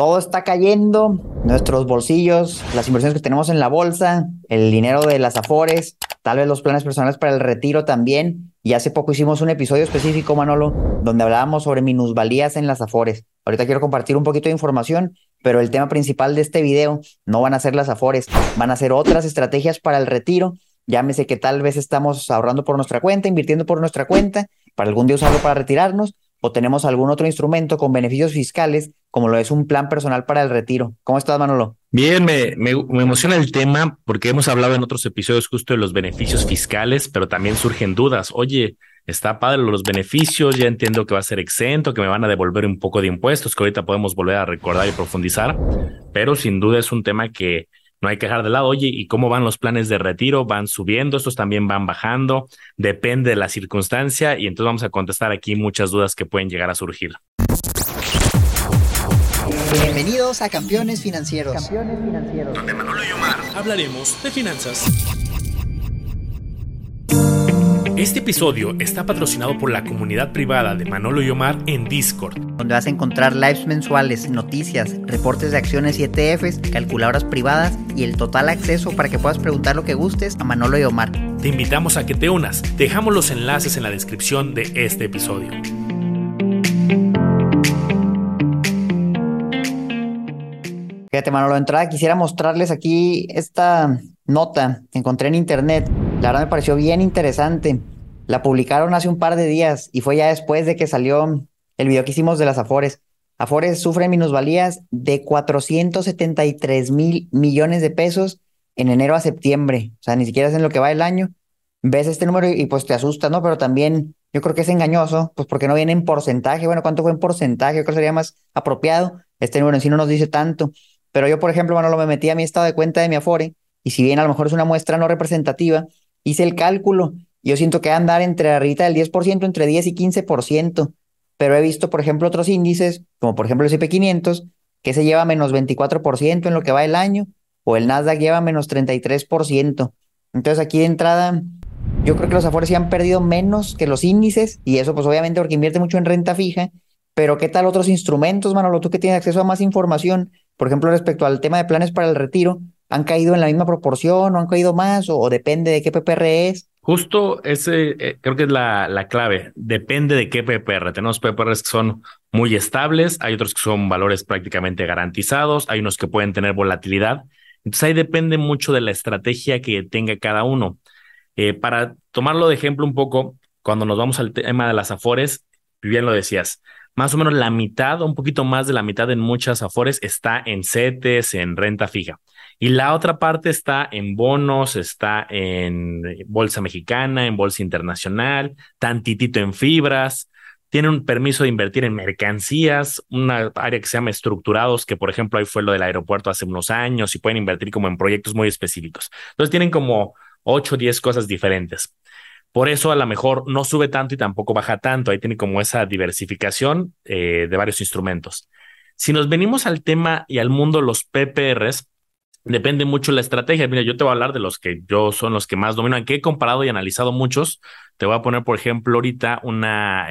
todo está cayendo, nuestros bolsillos, las inversiones que tenemos en la bolsa, el dinero de las Afores, tal vez los planes personales para el retiro también. Y hace poco hicimos un episodio específico, Manolo, donde hablábamos sobre minusvalías en las Afores. Ahorita quiero compartir un poquito de información, pero el tema principal de este video no van a ser las Afores, van a ser otras estrategias para el retiro. Llámese que tal vez estamos ahorrando por nuestra cuenta, invirtiendo por nuestra cuenta, para algún día usarlo para retirarnos, o tenemos algún otro instrumento con beneficios fiscales, como lo es un plan personal para el retiro. ¿Cómo estás, Manolo? Bien, me emociona el tema porque hemos hablado en otros episodios justo de los beneficios fiscales, pero también surgen dudas. Oye, está padre los beneficios, ya entiendo que va a ser exento, que me van a devolver un poco de impuestos, que ahorita podemos volver a recordar y profundizar, pero sin duda es un tema que no hay que dejar de lado. Oye, ¿y cómo van los planes de retiro? ¿Van subiendo? ¿Estos también van bajando? Depende de la circunstancia y entonces vamos a contestar aquí muchas dudas que pueden llegar a surgir. Bienvenidos a Campeones Financieros. Donde Manolo y Omar hablaremos de finanzas. Este episodio está patrocinado por la comunidad privada de Manolo y Omar en Discord, Donde vas a encontrar lives mensuales, noticias, reportes de acciones y ETFs, calculadoras privadas y el total acceso para que puedas preguntar lo que gustes a Manolo y Omar. Te invitamos a que te unas. Dejamos los enlaces en la descripción de este episodio. Fíjate, Manolo, de entrada quisiera mostrarles aquí esta nota que encontré en internet. La verdad me pareció bien interesante. La publicaron hace un par de días y fue ya después de que salió el video que hicimos de las Afores. Afores sufren minusvalías de 473,000 millones de pesos en enero a septiembre. O sea, ni siquiera es en lo que va el año. Ves este número y pues te asusta, ¿no? Pero también yo creo que es engañoso, pues porque no viene en porcentaje. Bueno, ¿cuánto fue en porcentaje? Yo creo que sería más apropiado. Este número en sí no nos dice tanto. Pero yo, por ejemplo, Manolo, me metí a mi estado de cuenta de mi Afore y si bien a lo mejor es una muestra no representativa, hice el cálculo. Yo siento que va a andar entre arriba del 10%, entre 10 y 15%. Pero he visto, por ejemplo, otros índices, como por ejemplo el S&P 500, que se lleva menos 24% en lo que va el año, o el Nasdaq lleva menos 33%. Entonces aquí de entrada, yo creo que los Afores sí han perdido menos que los índices, y eso pues obviamente porque invierte mucho en renta fija. Pero ¿qué tal otros instrumentos, Manolo? Tú que tienes acceso a más información, por ejemplo, respecto al tema de planes para el retiro, ¿han caído en la misma proporción o han caído más o depende de qué PPR es? Justo ese creo que es la clave. Depende de qué PPR. Tenemos PPRs que son muy estables, hay otros que son valores prácticamente garantizados, hay unos que pueden tener volatilidad. Entonces ahí depende mucho de la estrategia que tenga cada uno. Para tomarlo de ejemplo un poco, cuando nos vamos al tema de las Afores, bien lo decías, más o menos la mitad, o un poquito más de la mitad en muchas Afores está en CETES, en renta fija. Y la otra parte está en bonos, está en bolsa mexicana, en bolsa internacional, tantitito en fibras. Tienen un permiso de invertir en mercancías, una área que se llama estructurados, que por ejemplo ahí fue lo del aeropuerto hace unos años y pueden invertir como en proyectos muy específicos. Entonces tienen como 8 o 10 cosas diferentes. Por eso a lo mejor no sube tanto y tampoco baja tanto. Ahí tiene como esa diversificación de varios instrumentos. Si nos venimos al tema y al mundo de los PPRs, depende mucho la estrategia. Mira, yo te voy a hablar de los que yo son los que más dominan, que he comparado y analizado muchos. Te voy a poner, por ejemplo, ahorita una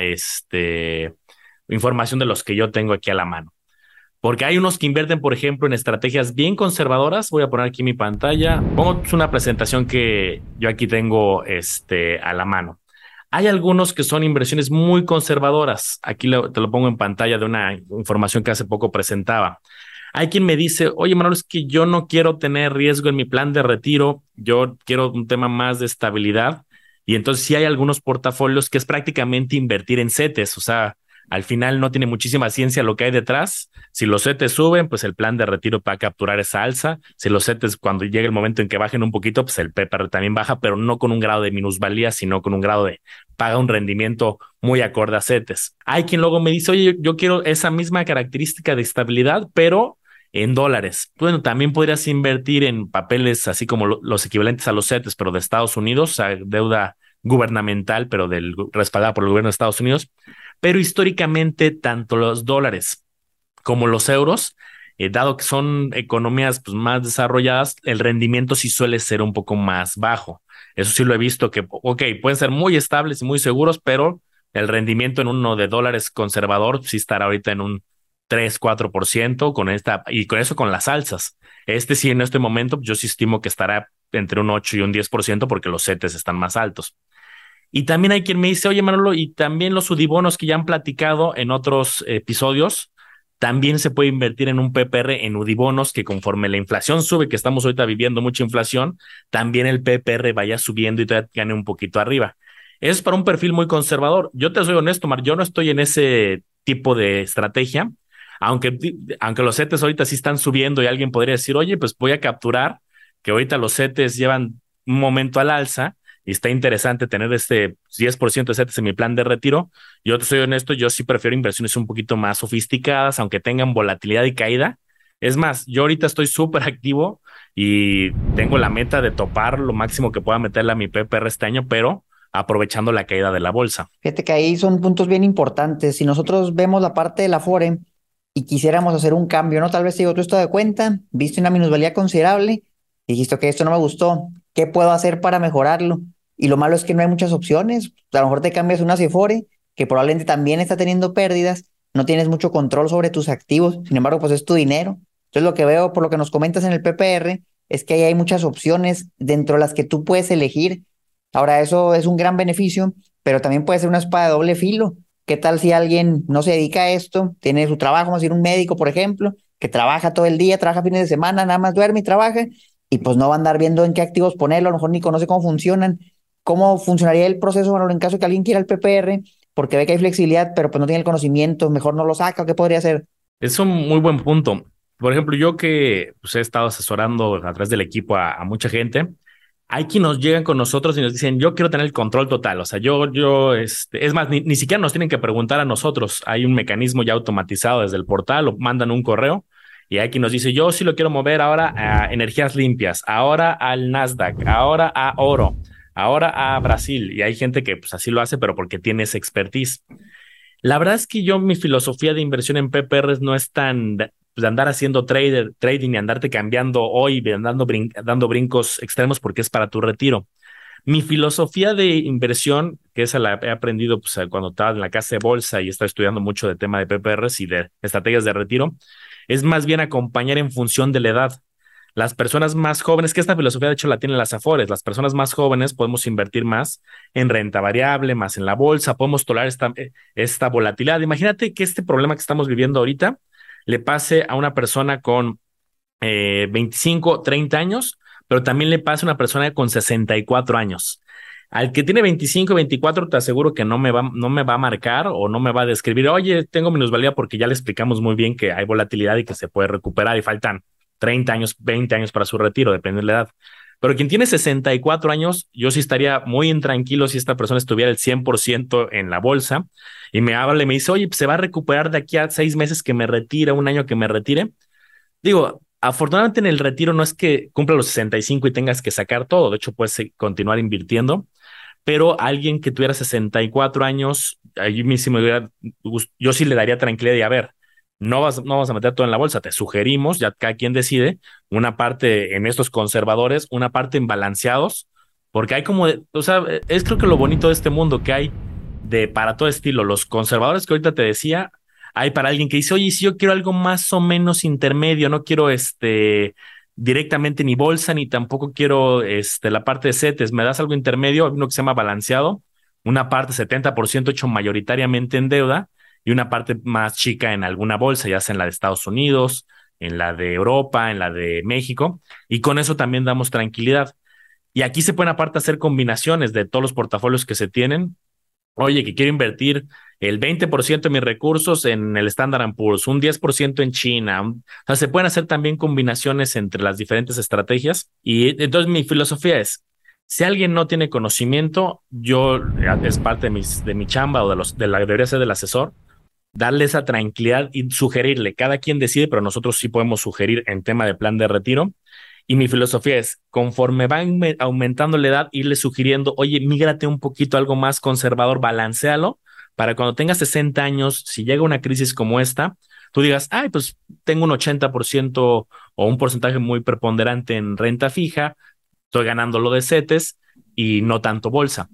información de los que yo tengo aquí a la mano. Porque hay unos que invierten, por ejemplo, en estrategias bien conservadoras. Voy a poner aquí mi pantalla. Pongo una presentación que yo aquí tengo a la mano. Hay algunos que son inversiones muy conservadoras. Aquí te lo pongo en pantalla de una información que hace poco presentaba. Hay quien me dice, oye, Manuel, es que yo no quiero tener riesgo en mi plan de retiro. Yo quiero un tema más de estabilidad. Y entonces sí hay algunos portafolios que es prácticamente invertir en CETES. O sea, al final no tiene muchísima ciencia lo que hay detrás. Si los CETES suben, pues el plan de retiro va a capturar esa alza. Si los CETES, cuando llegue el momento en que bajen un poquito, pues el PPR también baja, pero no con un grado de minusvalía, sino con un grado de paga un rendimiento muy acorde a CETES. Hay quien luego me dice, oye, yo quiero esa misma característica de estabilidad, pero en dólares. Bueno, también podrías invertir en papeles así como los equivalentes a los CETES, pero de Estados Unidos, o sea, deuda gubernamental, pero respaldada por el gobierno de Estados Unidos. Pero históricamente, tanto los dólares como los euros, dado que son economías pues, más desarrolladas, el rendimiento sí suele ser un poco más bajo. Eso sí lo he visto que, ok, pueden ser muy estables y muy seguros, pero el rendimiento en uno de dólares conservador sí estará ahorita en un 3-4% con esta, y con eso con las alzas. Sí, en este momento, yo sí estimo que estará entre un 8 y un 10% porque los CETES están más altos. Y también hay quien me dice, oye, Manolo, y también los UDIBonos que ya han platicado en otros episodios, también se puede invertir en un PPR en UDIBonos que conforme la inflación sube, que estamos ahorita viviendo mucha inflación, también el PPR vaya subiendo y todavía gane un poquito arriba. Eso es para un perfil muy conservador. Yo te soy honesto, Mar, yo no estoy en ese tipo de estrategia, aunque los CETES ahorita sí están subiendo y alguien podría decir, oye, pues voy a capturar, que ahorita los CETES llevan un momento al alza, y está interesante tener este 10% de CETES en mi plan de retiro. Yo te soy honesto, yo sí prefiero inversiones un poquito más sofisticadas, aunque tengan volatilidad y caída. Es más, yo ahorita estoy súper activo y tengo la meta de topar lo máximo que pueda meterle a mi PPR este año, pero aprovechando la caída de la bolsa. Fíjate que ahí son puntos bien importantes. Si nosotros vemos la parte de la Afore y quisiéramos hacer un cambio, ¿no? Tal vez te digo, tú estás de cuenta, viste una minusvalía considerable, dijiste, ok, esto no me gustó, ¿qué puedo hacer para mejorarlo? Y lo malo es que no hay muchas opciones. A lo mejor te cambias una Afore, que probablemente también está teniendo pérdidas, no tienes mucho control sobre tus activos, sin embargo, pues es tu dinero. Entonces lo que veo, por lo que nos comentas en el PPR, es que ahí hay muchas opciones dentro de las que tú puedes elegir. Ahora, eso es un gran beneficio, pero también puede ser una espada de doble filo. ¿Qué tal si alguien no se dedica a esto, tiene su trabajo, vamos a decir un médico, por ejemplo, que trabaja todo el día, trabaja fines de semana, nada más duerme y trabaja, y pues no va a andar viendo en qué activos ponerlo, a lo mejor ni conoce cómo funcionan, cómo funcionaría el proceso, bueno, en caso de que alguien quiera el PPR, porque ve que hay flexibilidad, pero pues no tiene el conocimiento, mejor no lo saca, ¿o qué podría hacer? Es un muy buen punto. Por ejemplo, yo que pues, he estado asesorando a través del equipo a mucha gente, hay quienes nos llegan con nosotros y nos dicen, yo quiero tener el control total. O sea, es más, ni siquiera nos tienen que preguntar a nosotros. Hay un mecanismo ya automatizado desde el portal, o mandan un correo y hay quien nos dice, yo sí lo quiero mover ahora a energías limpias, ahora al Nasdaq, ahora a oro, ahora a Brasil. Y hay gente que pues así lo hace, pero porque tiene esa expertise. La verdad es que mi filosofía de inversión en PPRs no es tan de andar haciendo trading y andarte cambiando hoy, dando brincos extremos porque es para tu retiro. Mi filosofía de inversión, que esa la he aprendido pues, cuando estaba en la casa de bolsa y estaba estudiando mucho de tema de PPRs y de estrategias de retiro, es más bien acompañar en función de la edad. Las personas más jóvenes, que esta filosofía de hecho la tienen las Afores, las personas más jóvenes podemos invertir más en renta variable, más en la bolsa, podemos tolerar esta volatilidad. Imagínate que este problema que estamos viviendo ahorita le pase a una persona con 25, 30 años, pero también le pase a una persona con 64 años. Al que tiene 25, 24, te aseguro que no me va a marcar o no me va a describir, oye, tengo minusvalía porque ya le explicamos muy bien que hay volatilidad y que se puede recuperar y faltan 30 años, 20 años para su retiro, depende de la edad. Pero quien tiene 64 años, yo sí estaría muy intranquilo si esta persona estuviera el 100% en la bolsa y me habla y me dice, oye, pues se va a recuperar de aquí a 6 meses que me retire, un año que me retire. Digo, afortunadamente en el retiro no es que cumpla los 65 y tengas que sacar todo, de hecho puedes continuar invirtiendo, pero alguien que tuviera 64 años, ahí mismo yo sí le daría tranquilidad y a ver, no vas a meter todo en la bolsa, te sugerimos, ya cada quien decide, una parte en estos conservadores, una parte en balanceados, porque hay o sea, es creo que lo bonito de este mundo que hay para todo estilo, los conservadores que ahorita te decía, hay para alguien que dice, oye, si yo quiero algo más o menos intermedio, no quiero directamente ni bolsa, ni tampoco quiero la parte de CETES, me das algo intermedio, hay uno que se llama balanceado, una parte 70% hecho mayoritariamente en deuda y una parte más chica en alguna bolsa, ya sea en la de Estados Unidos, en la de Europa, en la de México, y con eso también damos tranquilidad. Y aquí se pueden aparte hacer combinaciones de todos los portafolios que se tienen. Oye, que quiero invertir el 20% de mis recursos en el Standard & Poor's, un 10% en China. O sea, se pueden hacer también combinaciones entre las diferentes estrategias. Y entonces mi filosofía es, si alguien no tiene conocimiento, es parte de mi chamba o debería ser del asesor, darle esa tranquilidad y sugerirle. Cada quien decide, pero nosotros sí podemos sugerir en tema de plan de retiro. Y mi filosofía es, conforme va aumentando la edad, irle sugiriendo, oye, mígrate un poquito a algo más conservador, balancealo, para cuando tengas 60 años, si llega una crisis como esta, tú digas, ay, pues tengo un 80% o un porcentaje muy preponderante en renta fija, estoy ganando lo de CETES y no tanto bolsa.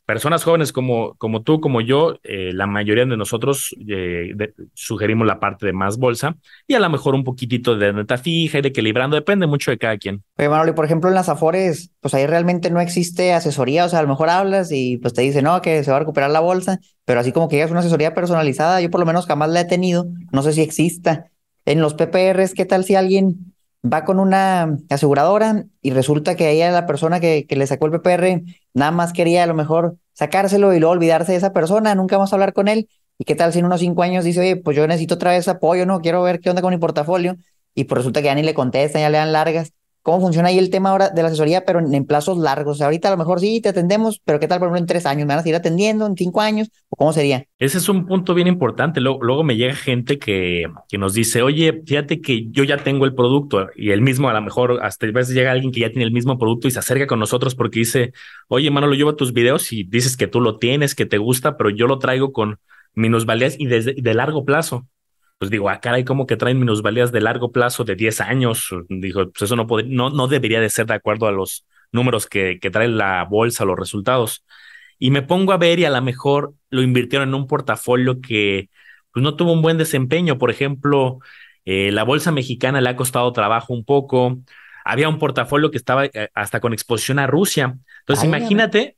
personas jóvenes como tú, como yo, la mayoría de nosotros sugerimos la parte de más bolsa y a lo mejor un poquitito de renta fija y de equilibrando, depende mucho de cada quien. Oye, Manolo, y por ejemplo en las Afores, pues ahí realmente no existe asesoría, o sea, a lo mejor hablas y pues te dicen, no, que se va a recuperar la bolsa, pero así como que digas una asesoría personalizada, yo por lo menos jamás la he tenido, no sé si exista. En los PPRs, ¿qué tal si alguien va con una aseguradora y resulta que ella, la persona que le sacó el PPR, nada más quería a lo mejor sacárselo y luego olvidarse de esa persona, nunca vamos a hablar con él? ¿Y qué tal si en unos 5 años dice, oye, pues yo necesito otra vez apoyo, no, quiero ver qué onda con mi portafolio? Y pues resulta que ya ni le contestan, ya le dan largas. ¿Cómo funciona ahí el tema ahora de la asesoría, pero en plazos largos? O sea, ahorita a lo mejor sí te atendemos, pero ¿qué tal, por ejemplo, en 3 años? ¿Me van a seguir atendiendo en 5 años? ¿O cómo sería? Ese es un punto bien importante. Luego me llega gente que nos dice, oye, fíjate que yo ya tengo el producto y el mismo, a lo mejor hasta a veces llega alguien que ya tiene el mismo producto y se acerca con nosotros porque dice, oye, Manolo, yo veo tus videos y dices que tú lo tienes, que te gusta, pero yo lo traigo con minusvalías y de largo plazo. Pues digo, caray, ¿cómo que traen minusvalías de largo plazo de 10 años? Dijo, pues eso no debería de ser de acuerdo a los números que trae la bolsa, los resultados. Y me pongo a ver y a lo mejor lo invirtieron en un portafolio que pues, no tuvo un buen desempeño. Por ejemplo, la bolsa mexicana le ha costado trabajo un poco. Había un portafolio que estaba hasta con exposición a Rusia. Entonces, Válgame. imagínate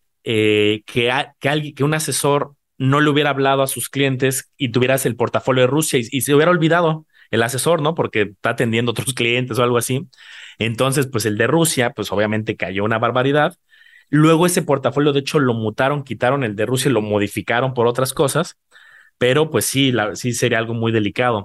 que un asesor no le hubiera hablado a sus clientes y tuvieras el portafolio de Rusia y se hubiera olvidado el asesor, ¿no? Porque está atendiendo a otros clientes o algo así. Entonces, pues el de Rusia, pues obviamente cayó una barbaridad. Luego ese portafolio, de hecho, lo mutaron, quitaron el de Rusia y lo modificaron por otras cosas, pero pues sí, sí sería algo muy delicado.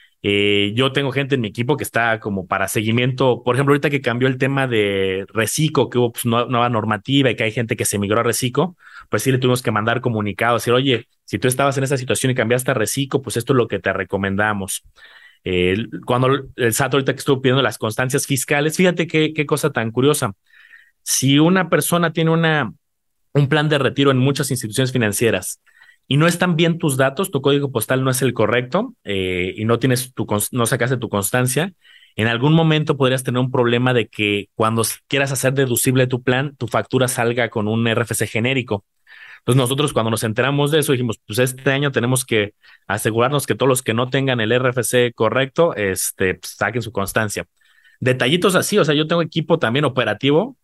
Yo tengo gente en mi equipo que está como para seguimiento. Por ejemplo, ahorita que cambió el tema de Recico, que hubo pues, nueva normativa y que hay gente que se migró a Recico, pues sí le tuvimos que mandar comunicados, decir, oye, si tú estabas en esa situación y cambiaste a Recico, pues esto es lo que te recomendamos. Cuando el SAT ahorita que estuvo pidiendo las constancias fiscales, fíjate qué cosa tan curiosa. Si una persona tiene un plan de retiro en muchas instituciones financieras y no están bien tus datos, tu código postal no es el correcto y no tienes no sacaste tu constancia, en algún momento podrías tener un problema de que cuando quieras hacer deducible tu plan, tu factura salga con un RFC genérico. Entonces nosotros cuando nos enteramos de eso dijimos, pues este año tenemos que asegurarnos que todos los que no tengan el RFC correcto, pues, saquen su constancia. Detallitos así, o sea, yo tengo equipo también operativo.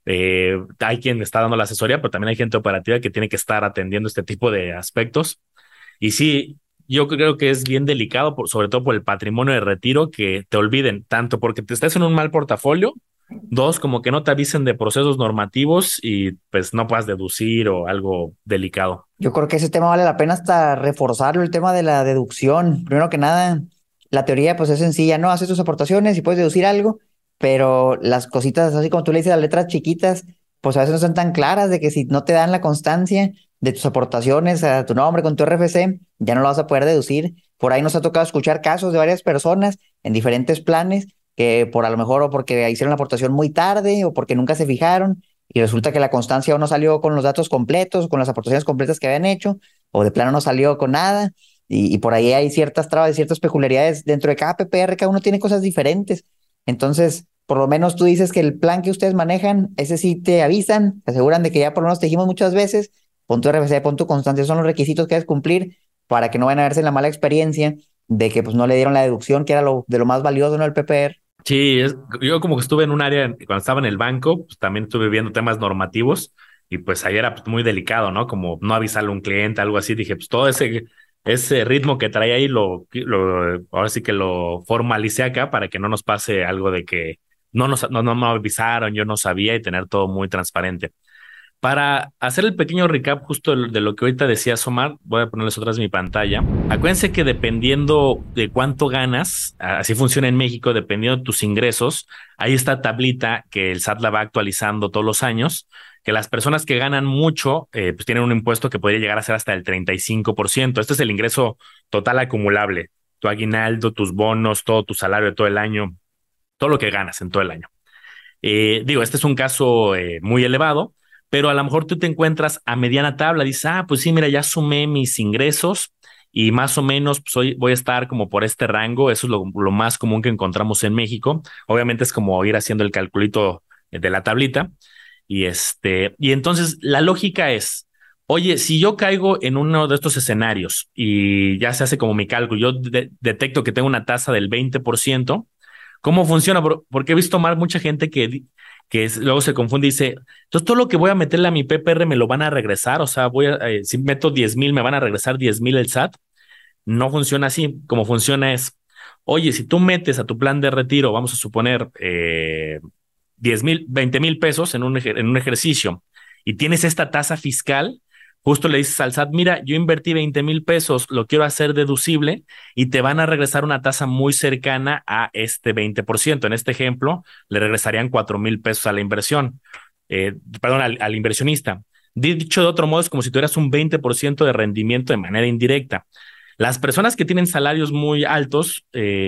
Hay quien está dando la asesoría, pero también hay gente operativa que tiene que estar atendiendo este tipo de aspectos. Y sí, yo creo que es bien delicado, sobre todo por el patrimonio de retiro, que te olviden tanto porque te estás en un mal portafolio, dos, como que no te avisen de procesos normativos y pues no puedas deducir o algo delicado. Yo creo que ese tema vale la pena hasta reforzarlo, el tema de la deducción. Primero que nada, la teoría pues es sencilla, ¿no? Haces tus aportaciones y puedes deducir algo, pero las cositas, así como tú le dices, las letras chiquitas, pues a veces no son tan claras de que si no te dan la constancia de tus aportaciones a tu nombre con tu RFC, ya no lo vas a poder deducir. Por ahí nos ha tocado escuchar casos de varias personas en diferentes planes que por a lo mejor o porque hicieron la aportación muy tarde o porque nunca se fijaron y resulta que la constancia o no salió con los datos completos, con las aportaciones completas que habían hecho, o de plano no salió con nada, y por ahí hay ciertas trabas y ciertas peculiaridades dentro de cada PPR, cada uno tiene cosas diferentes. Entonces, por lo menos tú dices que el plan que ustedes manejan, ese sí te avisan, te aseguran de que ya por lo menos te dijimos muchas veces, pon tu RFC, pon tu constancia, son los requisitos que debes cumplir para que no vayan a verse en la mala experiencia de que pues no le dieron la deducción, que era de lo más valioso, ¿no? El PPR. Sí, yo como que estuve en un área, cuando estaba en el banco, pues también estuve viendo temas normativos y pues ahí era pues, muy delicado, ¿no? Como no avisarle a un cliente, algo así. Dije, pues todo ese ritmo que trae ahí, ahora sí que lo formalicé acá para que no nos pase algo de que no me avisaron, yo no sabía y tener todo muy transparente. Para hacer el pequeño recap justo de lo que ahorita decía Omar, voy a ponerles otras en mi pantalla. Acuérdense que dependiendo de cuánto ganas, así funciona en México, dependiendo de tus ingresos, hay esta tablita que el SAT la va actualizando todos los años, que las personas que ganan mucho, pues tienen un impuesto que podría llegar a ser hasta el 35%. Este es el ingreso total acumulable, tu aguinaldo, tus bonos, todo tu salario de todo el año, todo lo que ganas en todo el año. Digo, este es un caso muy elevado, pero a lo mejor tú te encuentras a mediana tabla, dices, pues sí, mira, ya sumé mis ingresos y más o menos pues, hoy voy a estar como por este rango, eso es lo más común que encontramos en México. Obviamente es como ir haciendo el calculito de la tablita y entonces la lógica es, Oye, si yo caigo en uno de estos escenarios y ya se hace como mi cálculo, yo detecto que tengo una tasa del 20%. ¿Cómo funciona? Porque he visto mal mucha gente luego se confunde y dice, entonces todo lo que voy a meterle a mi PPR me lo van a regresar, o sea, si meto 10,000 me van a regresar 10,000 el SAT. No funciona así. Como funciona es, oye, si tú metes a tu plan de retiro, vamos a suponer 10,000, 20,000 pesos en un ejercicio y tienes esta tasa fiscal, justo le dices al SAT, mira, yo invertí 20,000 pesos, lo quiero hacer deducible y te van a regresar una tasa muy cercana a este 20%. En este ejemplo, le regresarían 4,000 pesos a la inversión, perdón, al inversionista. Dicho de otro modo, es como si tuvieras un 20% de rendimiento de manera indirecta. Las personas que tienen salarios muy altos,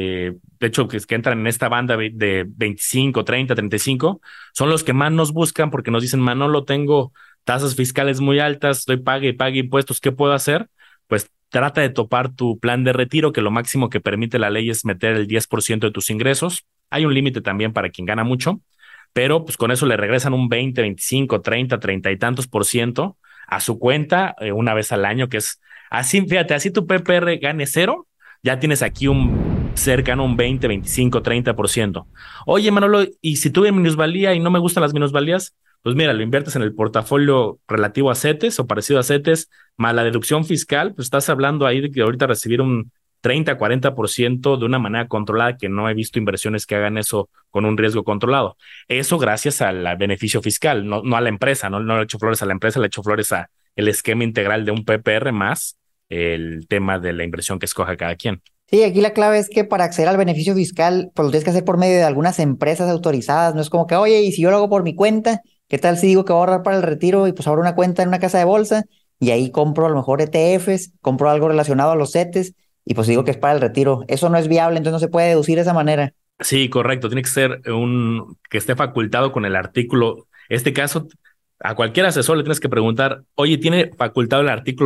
de hecho, que entran en esta banda de 25, 30, 35, son los que más nos buscan porque nos dicen, Manolo, tengo tasas fiscales muy altas, estoy pague y pague impuestos, ¿qué puedo hacer? Pues trata de topar tu plan de retiro, que lo máximo que permite la ley es meter el 10% de tus ingresos. Hay un límite también para quien gana mucho, pero pues con eso le regresan un 20, 25, 30, 30 y tantos por ciento a su cuenta una vez al año, que es así, fíjate, así tu PPR gane cero, ya tienes aquí un cercano un 20, 25, 30%. Oye, Manolo, ¿y si tuve minusvalía y no me gustan las minusvalías? Pues mira, lo inviertes en el portafolio relativo a CETES o parecido a CETES, más la deducción fiscal, pues estás hablando ahí de que ahorita recibir un 30, 40% de una manera controlada, que no he visto inversiones que hagan eso con un riesgo controlado. Eso gracias al beneficio fiscal, no a la empresa, no le he hecho flores a la empresa, le he hecho flores a el esquema integral de un PPR más el tema de la inversión que escoja cada quien. Sí, aquí la clave es que para acceder al beneficio fiscal, pues lo tienes que hacer por medio de algunas empresas autorizadas. No es como que, oye, y si yo lo hago por mi cuenta, ¿qué tal si digo que voy a ahorrar para el retiro y pues abro una cuenta en una casa de bolsa y ahí compro a lo mejor ETFs, compro algo relacionado a los CETES y pues digo que es para el retiro? Eso no es viable, entonces no se puede deducir de esa manera. Sí, correcto. Tiene que ser que esté facultado con el artículo. Este caso, a cualquier asesor le tienes que preguntar, oye, ¿tiene facultado el artículo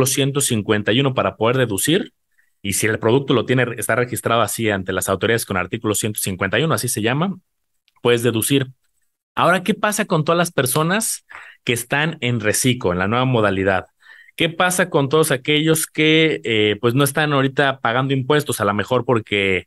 151 para poder deducir? Y si el producto está registrado así ante las autoridades con artículo 151, así se llama, puedes deducir. Ahora, ¿qué pasa con todas las personas que están en reciclo, en la nueva modalidad? ¿Qué pasa con todos aquellos que pues no están ahorita pagando impuestos? A lo mejor porque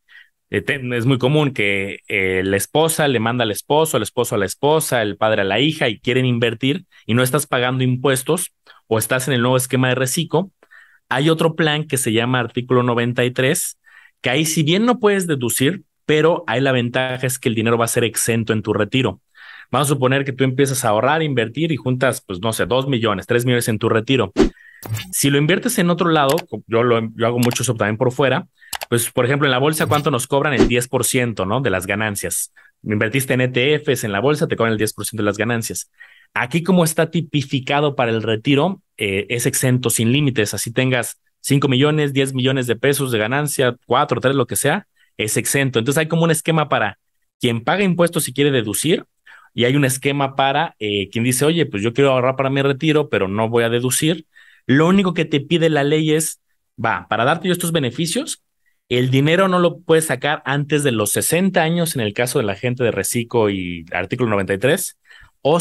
es muy común que la esposa le manda al esposo, el esposo a la esposa, el padre a la hija y quieren invertir y no estás pagando impuestos o estás en el nuevo esquema de reciclo. Hay otro plan que se llama artículo 93, que ahí si bien no puedes deducir, pero ahí la ventaja es que el dinero va a ser exento en tu retiro. Vamos a suponer que tú empiezas a ahorrar, invertir y juntas, pues no sé, 2 millones, 3 millones en tu retiro. Si lo inviertes en otro lado, yo hago mucho eso también por fuera, pues por ejemplo en la bolsa, ¿cuánto nos cobran? El 10%, ¿no? De las ganancias. Invertiste en ETFs en la bolsa, te cobran el 10% de las ganancias. Aquí como está tipificado para el retiro, es exento sin límites. Así tengas 5 millones, 10 millones de pesos de ganancia, 4, 3, lo que sea, es exento. Entonces hay como un esquema para quien paga impuestos y quiere deducir, y hay un esquema para quien dice, oye, pues yo quiero ahorrar para mi retiro, pero no voy a deducir. Lo único que te pide la ley es, para darte yo estos beneficios, el dinero no lo puedes sacar antes de los 60 años en el caso de la gente de Reciclo y artículo 93, o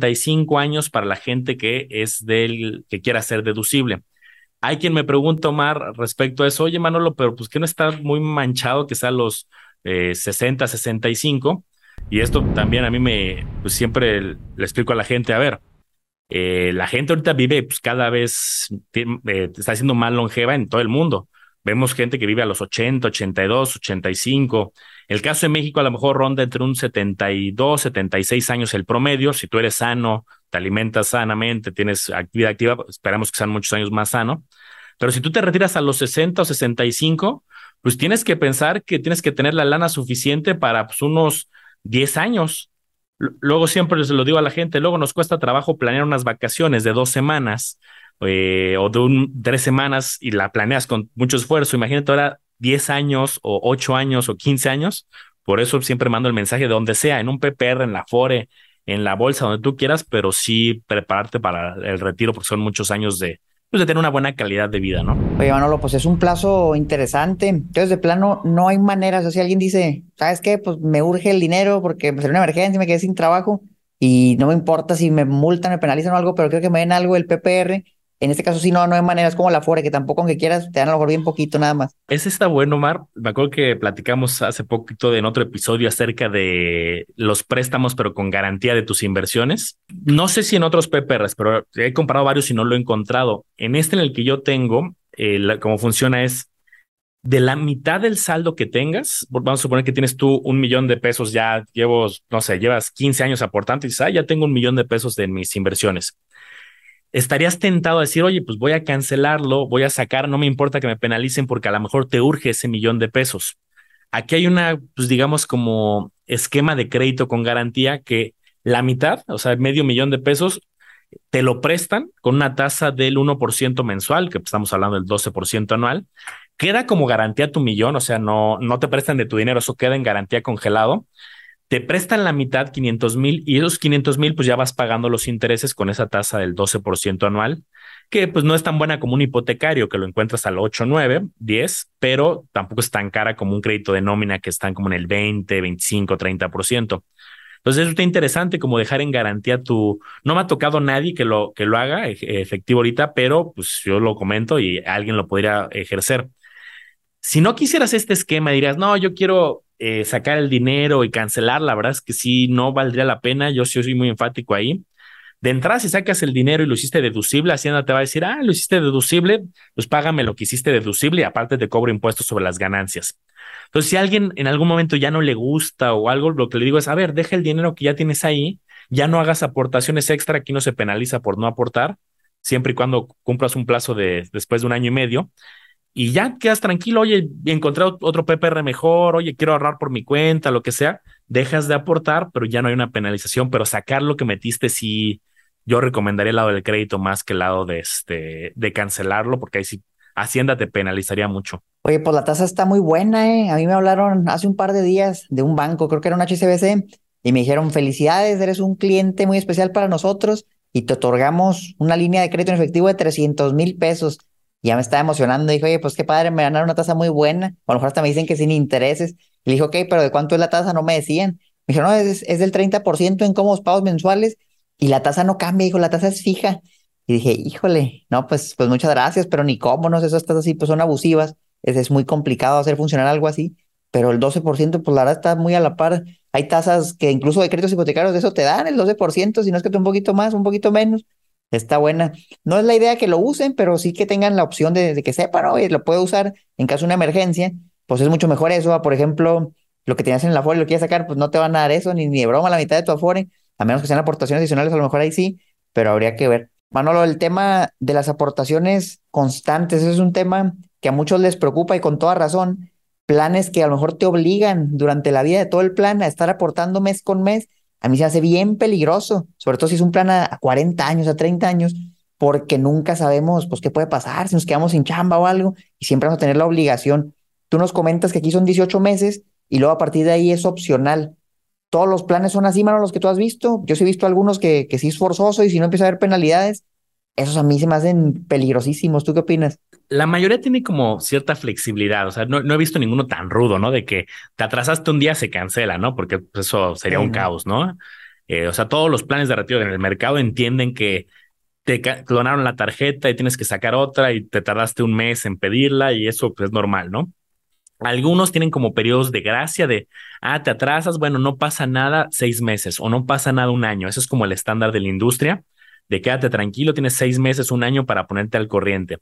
65 años para la gente que quiera ser deducible. Hay quien me pregunta, Omar, respecto a eso, oye Manolo, pero pues que no está muy manchado que sea los 60, 65. Y esto también a mí pues siempre le explico a la gente, a ver, la gente ahorita vive, pues cada vez está siendo más longeva en todo el mundo. Vemos gente que vive a los 80, 82, 85. El caso de México a lo mejor ronda entre un 72, 76 años el promedio. Si tú eres sano, te alimentas sanamente, tienes actividad activa, esperamos que sean muchos años más sano. Pero si tú te retiras a los 60 o 65, pues tienes que pensar que tienes que tener la lana suficiente para pues, unos 10 años. Luego siempre les lo digo a la gente, luego nos cuesta trabajo planear unas vacaciones de 2 semanas o de 3 semanas y la planeas con mucho esfuerzo. Imagínate ahora 10 años o 8 años o 15 años. Por eso siempre mando el mensaje de donde sea, en un PPR, en la Afore, en la bolsa, donde tú quieras, pero sí prepararte para el retiro porque son muchos años pues de tener una buena calidad de vida, ¿no? Oye, Manolo, pues es un plazo interesante. Entonces, de plano, no hay manera. O sea, si alguien dice, ¿sabes qué? Pues me urge el dinero porque me salió una emergencia, me quedé sin trabajo y no me importa si me multan, me penalizan o algo, pero creo que me den algo del PPR. En este caso sí, no hay manera, es como la Afore, que tampoco aunque quieras, te dan a lo mejor bien poquito nada más. Ese está bueno, Mar. Me acuerdo que platicamos hace poquito en otro episodio acerca de los préstamos, pero con garantía de tus inversiones. No sé si en otros PPRs, pero he comprado varios y no lo he encontrado. En este en el que yo tengo, cómo funciona es de la mitad del saldo que tengas. Vamos a suponer que tienes tú 1 millón de pesos, ya no sé, llevas 15 años aportando y dices, ya tengo 1 millón de pesos de mis inversiones. Estarías tentado a decir, oye, pues voy a cancelarlo, voy a sacar, no me importa que me penalicen porque a lo mejor te urge ese 1 millón de pesos. Aquí hay una, pues digamos, como esquema de crédito con garantía que la mitad, o sea, medio millón de pesos, te lo prestan con una tasa del 1% mensual, que estamos hablando del 12% anual. Queda como garantía tu millón, o sea, no te prestan de tu dinero, eso queda en garantía congelado. Te prestan la mitad, 500,000, y esos 500,000, pues ya vas pagando los intereses con esa tasa del 12% anual, que pues no es tan buena como un hipotecario, que lo encuentras al 8, 9, 10, pero tampoco es tan cara como un crédito de nómina que están como en el 20, 25, 30%. Entonces, eso está interesante, como dejar en garantía tu. No me ha tocado nadie que lo haga efectivo ahorita, pero pues yo lo comento y alguien lo podría ejercer. Si no quisieras este esquema, dirías, no, yo quiero sacar el dinero y cancelar, la verdad es que sí, no valdría la pena. Yo sí soy muy enfático ahí. De entrada, si sacas el dinero y lo hiciste deducible, Hacienda te va a decir, lo hiciste deducible, pues págame lo que hiciste deducible y aparte te cobro impuestos sobre las ganancias. Entonces, si a alguien en algún momento ya no le gusta o algo, lo que le digo es, a ver, deja el dinero que ya tienes ahí, ya no hagas aportaciones extra, aquí no se penaliza por no aportar, siempre y cuando cumplas un plazo de después de 1 año y medio, y ya quedas tranquilo, oye, encontré otro PPR mejor, oye, quiero ahorrar por mi cuenta, lo que sea, dejas de aportar, pero ya no hay una penalización, pero sacar lo que metiste sí, yo recomendaría el lado del crédito más que el lado de cancelarlo, porque ahí sí Hacienda te penalizaría mucho. Oye, pues la tasa está muy buena, ¿eh? A mí me hablaron hace un par de días de un banco, creo que era un HSBC, y me dijeron, felicidades, eres un cliente muy especial para nosotros y te otorgamos una línea de crédito en efectivo de 300,000 pesos. Y ya me estaba emocionando, dije, oye, pues qué padre, me ganaron una tasa muy buena, o a lo mejor hasta me dicen que sin intereses. Y le dije, ok, pero ¿de cuánto es la tasa? No me decían. Me dijeron, no, es del 30% en cómodos pagos mensuales y la tasa no cambia, dijo, la tasa es fija. Y dije, híjole, no, pues muchas gracias, pero ni cómo, no sé, esas tasas así pues son abusivas, es muy complicado hacer funcionar algo así, pero el 12%, pues la verdad está muy a la par. Hay tasas que incluso de créditos hipotecarios de eso te dan el 12%, si no es que te un poquito más, un poquito menos. Está buena. No es la idea que lo usen, pero sí que tengan la opción de que sepan, oye, lo puedo usar en caso de una emergencia, pues es mucho mejor eso. Por ejemplo, lo que tenías en la Afore y lo quieres sacar, pues no te van a dar eso, ni de broma la mitad de tu Afore, a menos que sean aportaciones adicionales, a lo mejor ahí sí, pero habría que ver. Manolo, el tema de las aportaciones constantes, ese es un tema que a muchos les preocupa y con toda razón. Planes que a lo mejor te obligan durante la vida de todo el plan a estar aportando mes con mes, a mí se hace bien peligroso, sobre todo si es un plan a 40 años, a 30 años, porque nunca sabemos pues qué puede pasar, si nos quedamos sin chamba o algo, y siempre vamos a tener la obligación. Tú nos comentas que aquí son 18 meses y luego a partir de ahí es opcional. Todos los planes son así, mano, los que tú has visto. Yo sí he visto algunos que sí es forzoso y si no empieza a haber penalidades, esos a mí se me hacen peligrosísimos. ¿Tú qué opinas? La mayoría tiene como cierta flexibilidad, o sea, no he visto ninguno tan rudo, ¿no? De que te atrasaste un día, se cancela, ¿no? Porque pues, eso sería un No. caos, ¿no? O sea, todos los planes de retiro en el mercado entienden que te clonaron la tarjeta y tienes que sacar otra y te tardaste un mes en pedirla y eso pues, es normal, ¿no? Algunos tienen como periodos de gracia te atrasas, bueno, no pasa nada 6 meses o no pasa nada un año. Eso es como el estándar de la industria, de quédate tranquilo, tienes 6 meses, un año para ponerte al corriente.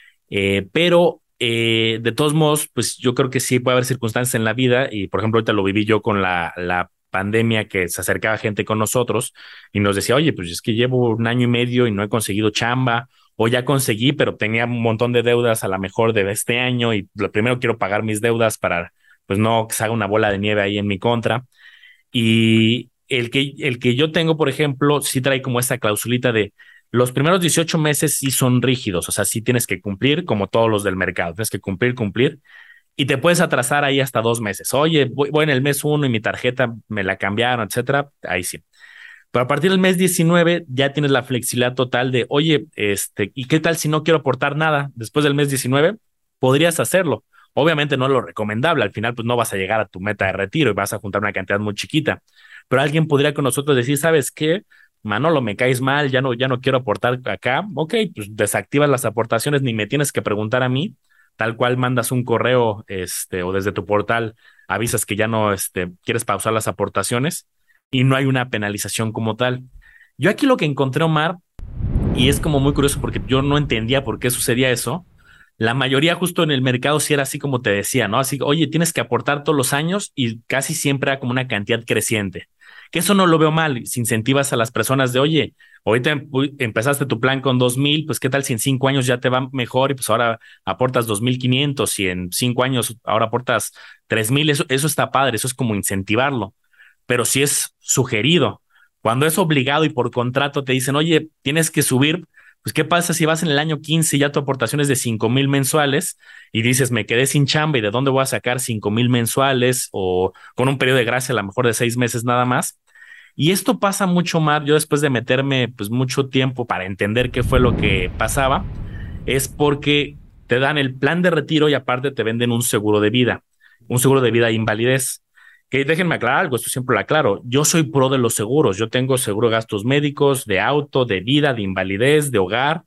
Pero de todos modos, pues yo creo que sí puede haber circunstancias en la vida y, por ejemplo, ahorita lo viví yo con la pandemia que se acercaba gente con nosotros y nos decía, oye, pues es que llevo 1 año y medio y no he conseguido chamba o ya conseguí, pero tenía un montón de deudas a lo mejor de este año y lo primero quiero pagar mis deudas para, pues no que se haga una bola de nieve ahí en mi contra. Y el que yo tengo, por ejemplo, sí trae como esta clausulita de los primeros 18 meses sí son rígidos, o sea, sí tienes que cumplir como todos los del mercado, tienes que cumplir, cumplir, y te puedes atrasar ahí hasta 2 meses. Oye, voy en el mes uno y mi tarjeta me la cambiaron, etcétera, ahí sí. Pero a partir del mes 19 ya tienes la flexibilidad total de, oye, ¿y qué tal si no quiero aportar nada después del mes 19? Podrías hacerlo. Obviamente no es lo recomendable, al final pues no vas a llegar a tu meta de retiro y vas a juntar una cantidad muy chiquita, pero alguien podría con nosotros decir, ¿sabes qué? Manolo, me caes mal, ya no quiero aportar acá. Ok, pues desactivas las aportaciones, ni me tienes que preguntar a mí. Tal cual mandas un correo, o desde tu portal avisas que ya no, quieres pausar las aportaciones y no hay una penalización como tal. Yo aquí lo que encontré, Omar, y es como muy curioso porque yo no entendía por qué sucedía eso. La mayoría justo en el mercado sí era así como te decía, ¿no? Así, oye, tienes que aportar todos los años y casi siempre era como una cantidad creciente. Que eso no lo veo mal, si incentivas a las personas de, oye, ahorita empezaste tu plan con 2,000, pues qué tal si en 5 años ya te va mejor y pues ahora aportas 2,500 y en 5 años ahora aportas 3,000, eso está padre, eso es como incentivarlo, pero si es sugerido. Cuando es obligado y por contrato te dicen, oye, tienes que subir, pues ¿qué pasa si vas en el año 15 y ya tu aportación es de 5,000 mensuales y dices, me quedé sin chamba y de dónde voy a sacar 5,000 mensuales o con un periodo de gracia a lo mejor de 6 meses nada más? Y esto pasa mucho más, yo después de meterme pues mucho tiempo para entender qué fue lo que pasaba, es porque te dan el plan de retiro y aparte te venden un seguro de vida de invalidez. Que déjenme aclarar algo, esto siempre lo aclaro. Yo soy pro de los seguros. Yo tengo seguro de gastos médicos, de auto, de vida, de invalidez, de hogar.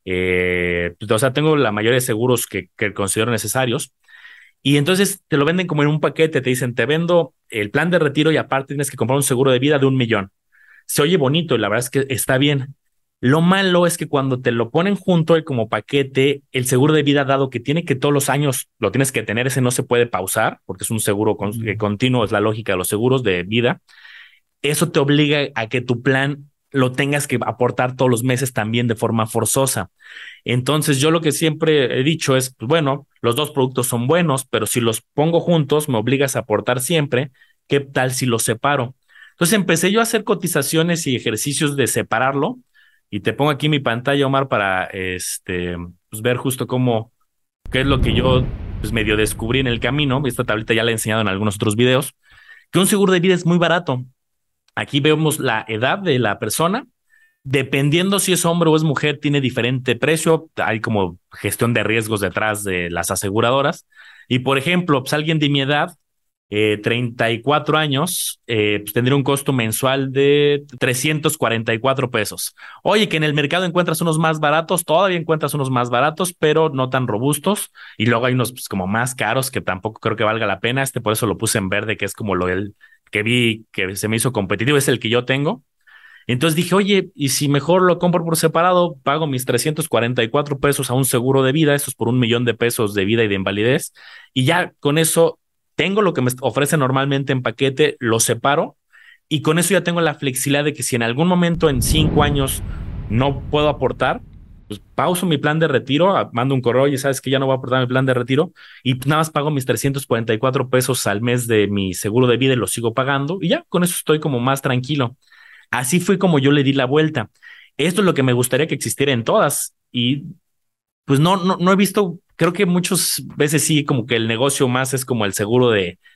O sea, tengo la mayoría de seguros que considero necesarios. Y entonces te lo venden como en un paquete. Te dicen, te vendo el plan de retiro y aparte tienes que comprar un seguro de vida de 1,000,000. Se oye bonito y la verdad es que está bien. Lo malo es que cuando te lo ponen junto como paquete, el seguro de vida, dado que tiene que todos los años lo tienes que tener, ese no se puede pausar porque es un seguro continuo, es la lógica de los seguros de vida. Eso te obliga a que tu plan lo tengas que aportar todos los meses también de forma forzosa. Entonces, yo lo que siempre he dicho es, pues bueno, los dos productos son buenos, pero si los pongo juntos, me obligas a aportar siempre. ¿Qué tal si los separo? Entonces empecé yo a hacer cotizaciones y ejercicios de separarlo. Y te pongo aquí mi pantalla, Omar, para pues ver justo qué es lo que yo pues medio descubrí en el camino. Esta tablita ya la he enseñado en algunos otros videos, que un seguro de vida es muy barato. Aquí vemos la edad de la persona. Dependiendo si es hombre o es mujer, tiene diferente precio. Hay como gestión de riesgos detrás de las aseguradoras. Y por ejemplo, pues alguien de mi edad, 34 años, pues tendría un costo mensual de 344 pesos. Oye, que en el mercado encuentras unos más baratos, todavía encuentras unos más baratos, pero no tan robustos. Y luego hay unos pues, como más caros que tampoco creo que valga la pena. Por eso lo puse en verde, que es como el que vi que se me hizo competitivo, es el que yo tengo. Entonces dije, oye, y si mejor lo compro por separado, pago mis 344 pesos a un seguro de vida, eso es por 1,000,000 de pesos de vida y de invalidez, y ya con eso tengo lo que me ofrece normalmente en paquete, lo separo, y con eso ya tengo la flexibilidad de que si en algún momento en 5 años no puedo aportar, pues pauso mi plan de retiro, mando un correo y sabes que ya no voy a aportar mi plan de retiro, y nada más pago mis 344 pesos al mes de mi seguro de vida y lo sigo pagando, y ya con eso estoy como más tranquilo. Así fue como yo le di la vuelta. Esto es lo que me gustaría que existiera en todas. Y pues no he visto, creo que muchas veces sí, como que el negocio más es como el seguro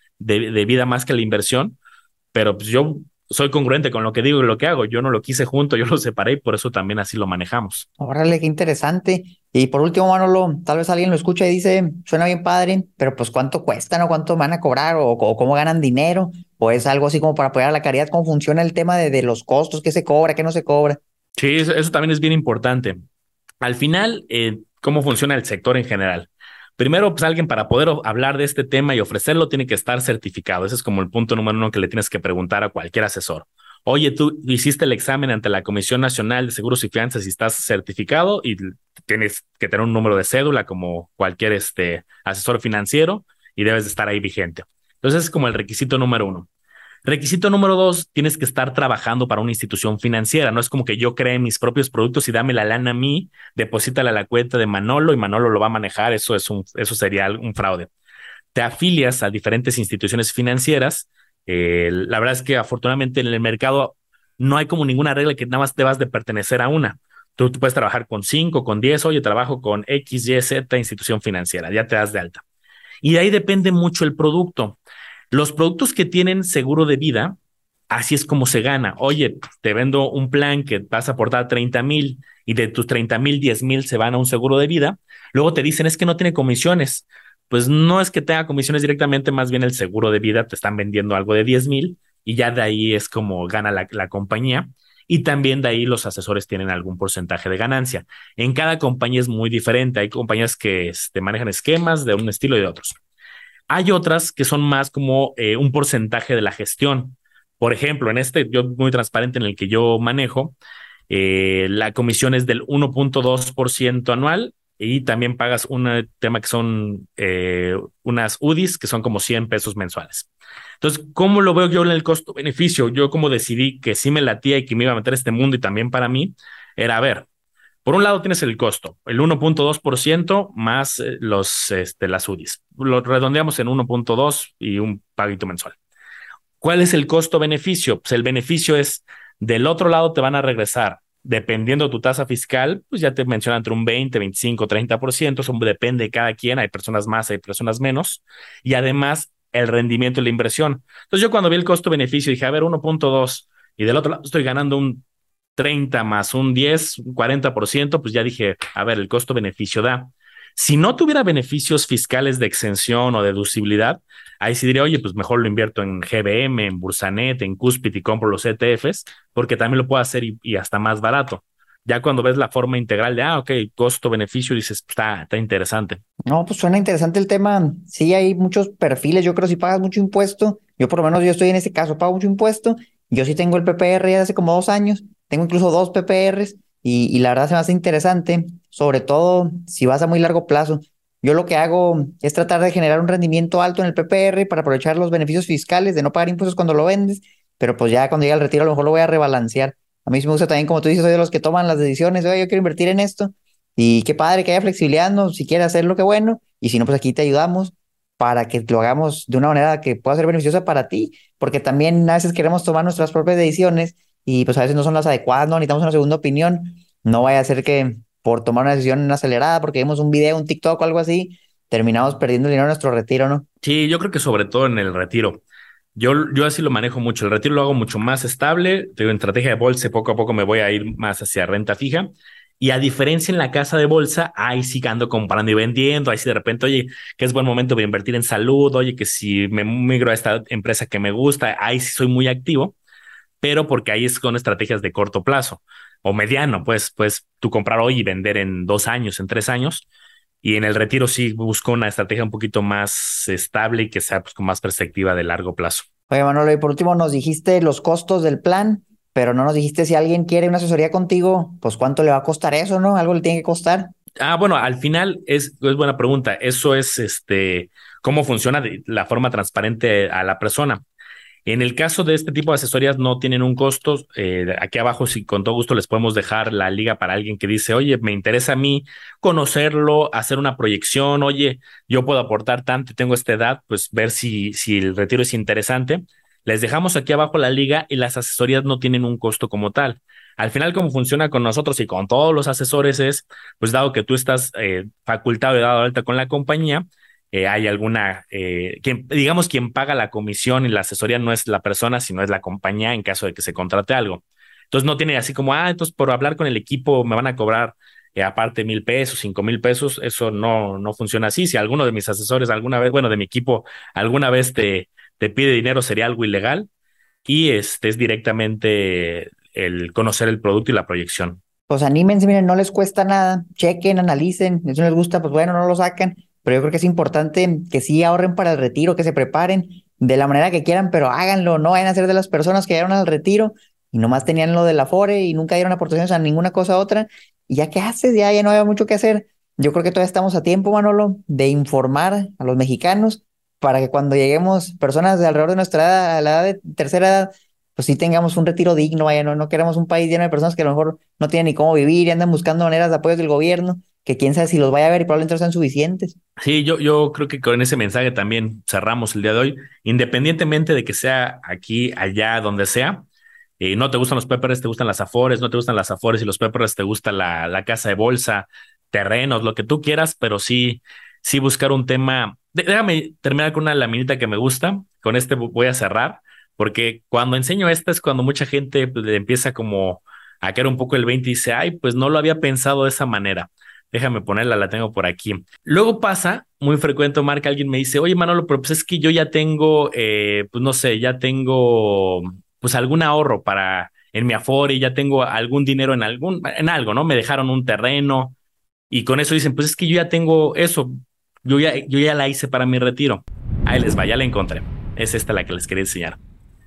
de vida más que la inversión, pero pues yo soy congruente con lo que digo y lo que hago. Yo no lo quise junto, yo lo separé y por eso también así lo manejamos. Órale, qué interesante. Y por último, Manolo, tal vez alguien lo escucha y dice, suena bien padre, pero pues ¿cuánto cuesta, no? ¿Cuánto van a cobrar o cómo ganan dinero? ¿O es algo así como para apoyar a la caridad? ¿Cómo funciona el tema de los costos? ¿Qué se cobra, qué no se cobra? Sí, eso también es bien importante. Al final, ¿cómo funciona el sector en general? Primero, pues alguien para poder hablar de este tema y ofrecerlo tiene que estar certificado. Ese es como el punto número uno que le tienes que preguntar a cualquier asesor. Oye, tú hiciste el examen ante la Comisión Nacional de Seguros y Fianzas y estás certificado y tienes que tener un número de cédula como cualquier asesor financiero y debes de estar ahí vigente. Entonces, es como el requisito número uno. Requisito número dos, tienes que estar trabajando para una institución financiera. No es como que yo cree mis propios productos y dame la lana a mí, deposítala a la cuenta de Manolo y Manolo lo va a manejar. Eso sería un fraude. Te afilias a diferentes instituciones financieras. La verdad es que afortunadamente en el mercado no hay como ninguna regla que nada más debas de pertenecer a una. Tú puedes trabajar con 5, con 10. Oye, trabajo con X, Y, Z institución financiera. Ya te das de alta. Y de ahí depende mucho el producto. Los productos que tienen seguro de vida, así es como se gana. Oye, te vendo un plan que vas a aportar 30,000 y de tus 30,000, 10,000 se van a un seguro de vida. Luego te dicen es que no tiene comisiones. Pues no es que tenga comisiones directamente, más bien el seguro de vida te están vendiendo algo de 10,000 y ya de ahí es como gana la compañía. y también de ahí los asesores tienen algún porcentaje de ganancia. En cada compañía es muy diferente. Hay compañías que manejan esquemas de un estilo y de otros. Hay otras que son más como un porcentaje de la gestión. Por ejemplo, yo muy transparente en el que yo manejo, la comisión es del 1.2% anual y también pagas un tema que son unas UDIs que son como 100 pesos mensuales. Entonces, ¿cómo lo veo yo en el costo-beneficio? Yo como decidí que sí me latía y que me iba a meter a este mundo y también para mí, era, a ver, por un lado tienes el costo, el 1.2% más las UDIs. Lo redondeamos en 1.2 y un paguito mensual. ¿Cuál es el costo-beneficio? Pues el beneficio es, del otro lado te van a regresar, dependiendo de tu tasa fiscal, pues ya te mencionan entre un 20, 25, 30%, eso depende de cada quien, hay personas más, hay personas menos, y además el rendimiento de la inversión. Entonces yo cuando vi el costo-beneficio dije, a ver, 1.2, y del otro lado estoy ganando un 30 más un 10, un 40%, pues ya dije, a ver, el costo-beneficio da. Si no tuviera beneficios fiscales de exención o deducibilidad, ahí sí diría, oye, pues mejor lo invierto en GBM, en Bursanet, en Cuspid y compro los ETFs, porque también lo puedo hacer y hasta más barato. Ya cuando ves la forma integral de, ok, costo-beneficio, dices, está interesante. No, pues suena interesante el tema. Sí, hay muchos perfiles. Yo creo que si pagas mucho impuesto, yo por lo menos yo estoy en ese caso, pago mucho impuesto. Yo sí tengo el PPR ya de hace como 2 años. Tengo incluso dos PPRs y la verdad se me hace interesante, sobre todo si vas a muy largo plazo. Yo lo que hago es tratar de generar un rendimiento alto en el PPR para aprovechar los beneficios fiscales de no pagar impuestos cuando lo vendes, pero pues ya cuando llegue al retiro a lo mejor lo voy a rebalancear. A mí sí me gusta también, como tú dices, soy de los que toman las decisiones, de, oye, yo quiero invertir en esto y qué padre que haya flexibilidad, ¿no? Si quieres hacerlo, qué bueno. Y si no, pues aquí te ayudamos para que lo hagamos de una manera que pueda ser beneficiosa para ti, porque también a veces queremos tomar nuestras propias decisiones y pues a veces no son las adecuadas, ¿no? Necesitamos una segunda opinión. No vaya a ser que por tomar una decisión acelerada, porque vimos un video, un TikTok o algo así, terminamos perdiendo el dinero en nuestro retiro, ¿no? Sí, yo creo que sobre todo en el retiro. Yo así lo manejo mucho. El retiro lo hago mucho más estable. Te digo, en estrategia de bolsa, poco a poco me voy a ir más hacia renta fija. Y a diferencia en la casa de bolsa, ahí sí que ando comprando y vendiendo. Ahí sí de repente, oye, que es buen momento para invertir en salud. Oye, que si me migro a esta empresa que me gusta, ahí sí soy muy activo. Pero porque ahí es con estrategias de corto plazo o mediano, pues tú comprar hoy y vender en 2 años, en 3 años. Y en el retiro sí busco una estrategia un poquito más estable y que sea pues, con más perspectiva de largo plazo. Oye, Manolo, y por último nos dijiste los costos del plan, pero no nos dijiste si alguien quiere una asesoría contigo, pues cuánto le va a costar eso, ¿no? Algo le tiene que costar. Bueno, al final es buena pregunta. Eso es cómo funciona de la forma transparente a la persona. En el caso de este tipo de asesorías no tienen un costo. Aquí abajo, si con todo gusto les podemos dejar la liga para alguien que dice, oye, me interesa a mí conocerlo, hacer una proyección, oye, yo puedo aportar tanto y tengo esta edad, pues ver si el retiro es interesante. Les dejamos aquí abajo la liga y las asesorías no tienen un costo como tal. Al final, cómo funciona con nosotros y con todos los asesores es, pues dado que tú estás facultado y dado de alta con la compañía, hay alguna, digamos, quien paga la comisión y la asesoría no es la persona, sino es la compañía en caso de que se contrate algo. Entonces no tiene así como, entonces por hablar con el equipo me van a cobrar aparte 1,000 pesos, 5,000 pesos. Eso no funciona así. Si alguno de mis asesores alguna vez, bueno, de mi equipo alguna vez te pide dinero, sería algo ilegal y es directamente el conocer el producto y la proyección. Pues anímense, miren, no les cuesta nada, chequen, analicen, eso no les gusta, pues bueno, no lo sacan, pero yo creo que es importante que sí ahorren para el retiro, que se preparen de la manera que quieran, pero háganlo, no vayan a ser de las personas que llegaron al retiro y nomás tenían lo del Afore y nunca dieron aportaciones a ninguna cosa otra, y ya qué haces, ya no había mucho que hacer. Yo creo que todavía estamos a tiempo, Manolo, de informar a los mexicanos para que cuando lleguemos personas de alrededor de nuestra edad, a la edad de tercera edad, pues sí tengamos un retiro digno, vaya, no queremos un país lleno de personas que a lo mejor no tienen ni cómo vivir y andan buscando maneras de apoyos del gobierno, que quién sabe si los vaya a ver y probablemente no sean suficientes. Sí, yo creo que con ese mensaje también cerramos el día de hoy, independientemente de que sea aquí, allá, donde sea. No te gustan los peppers, te gustan las afores, no te gustan las afores y los peppers, te gusta la casa de bolsa, terrenos, lo que tú quieras, pero sí buscar un tema. Déjame terminar con una laminita que me gusta. Con este voy a cerrar, porque cuando enseño esta es cuando mucha gente pues, le empieza como a caer un poco el 20 y dice, ay, pues no lo había pensado de esa manera. Déjame ponerla, la tengo por aquí. Luego pasa, muy frecuente, Omar, que alguien me dice, oye, Manolo, pero pues es que yo ya tengo, pues no sé, ya tengo pues algún ahorro para en mi Afore, ya tengo algún dinero en algo, ¿no? Me dejaron un terreno y con eso dicen, pues es que yo ya tengo eso, yo ya la hice para mi retiro. Ahí les va, ya la encontré. Es esta la que les quería enseñar.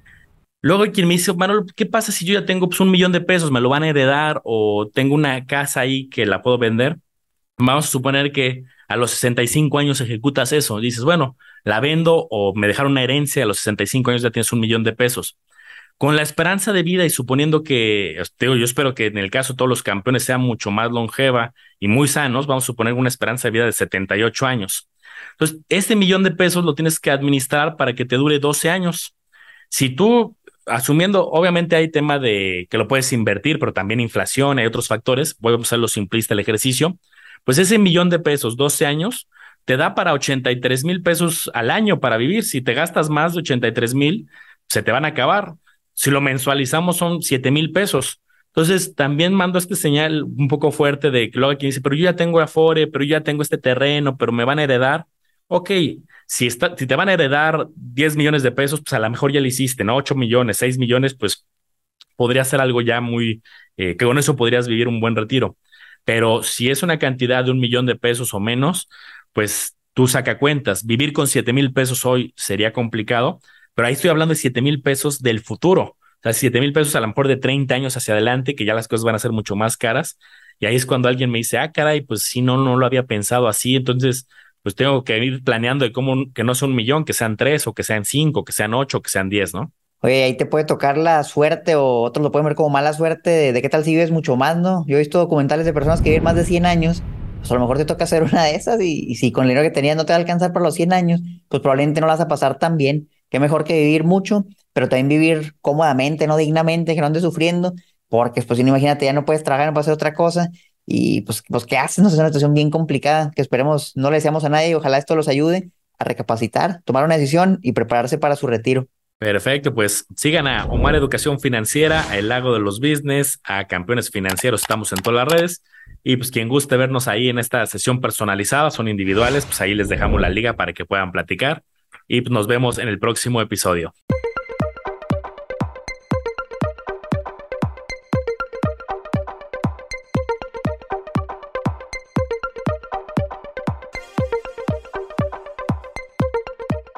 Luego hay quien me dice, Manolo, ¿qué pasa si yo ya tengo pues, 1 millón de pesos? ¿Me lo van a heredar o tengo una casa ahí que la puedo vender? Vamos a suponer que a los 65 años ejecutas eso. Dices, bueno, la vendo o me dejaron una herencia, a los 65 años ya tienes 1 millón de pesos. Con la esperanza de vida y suponiendo que, te digo, yo espero que en el caso de todos los campeones sea mucho más longeva y muy sanos, vamos a suponer una esperanza de vida de 78 años. Entonces, este 1 millón de pesos lo tienes que administrar para que te dure 12 años. Si tú, asumiendo, obviamente hay tema de que lo puedes invertir, pero también inflación, hay otros factores, voy a usar lo simplista el ejercicio, pues ese 1 millón de pesos, 12 años, te da para 83,000 pesos al año para vivir. Si te gastas más de 83,000, se te van a acabar. Si lo mensualizamos son 7,000 pesos. Entonces, también mando este señal un poco fuerte de que luego quien dice, pero yo ya tengo Afore, pero yo ya tengo este terreno, pero me van a heredar. Ok, si te van a heredar 10 millones de pesos, pues a lo mejor ya lo hiciste, ¿no? 8 millones, 6 millones, pues podría ser algo ya muy, que con eso podrías vivir un buen retiro. Pero si es una cantidad de 1 millón de pesos o menos, pues tú saca cuentas. Vivir con 7,000 pesos hoy sería complicado, pero ahí estoy hablando de 7,000 pesos del futuro. O sea, 7,000 pesos a lo mejor de 30 años hacia adelante, que ya las cosas van a ser mucho más caras. Y ahí es cuando alguien me dice, ah, caray, pues sí, no, no lo había pensado así. Entonces, pues tengo que ir planeando de cómo que no sea 1 millón, que sean tres, o que sean cinco, que sean ocho, que sean 10, ¿no? Oye, ahí te puede tocar la suerte o otros lo pueden ver como mala suerte de qué tal si vives mucho más, ¿no? Yo he visto documentales de personas que viven más de 100 años, pues a lo mejor te toca hacer una de esas y si con el dinero que tenías no te va a alcanzar para los 100 años, pues probablemente no la vas a pasar tan bien. Qué mejor que vivir mucho, pero también vivir cómodamente, no dignamente, que no andes sufriendo, porque pues si no, imagínate, ya no puedes trabajar, no puedes hacer otra cosa y pues ¿qué haces? No sé, es una situación bien complicada que esperemos no le deseamos a nadie y ojalá esto los ayude a recapacitar, tomar una decisión y prepararse para su retiro. Perfecto, pues sigan a Omar Educación Financiera, a El Lago de los Business, a Campeones Financieros, estamos en todas las redes. Y pues quien guste vernos ahí en esta sesión personalizada, son individuales, pues ahí les dejamos la liga para que puedan platicar. Y pues nos vemos en el próximo episodio.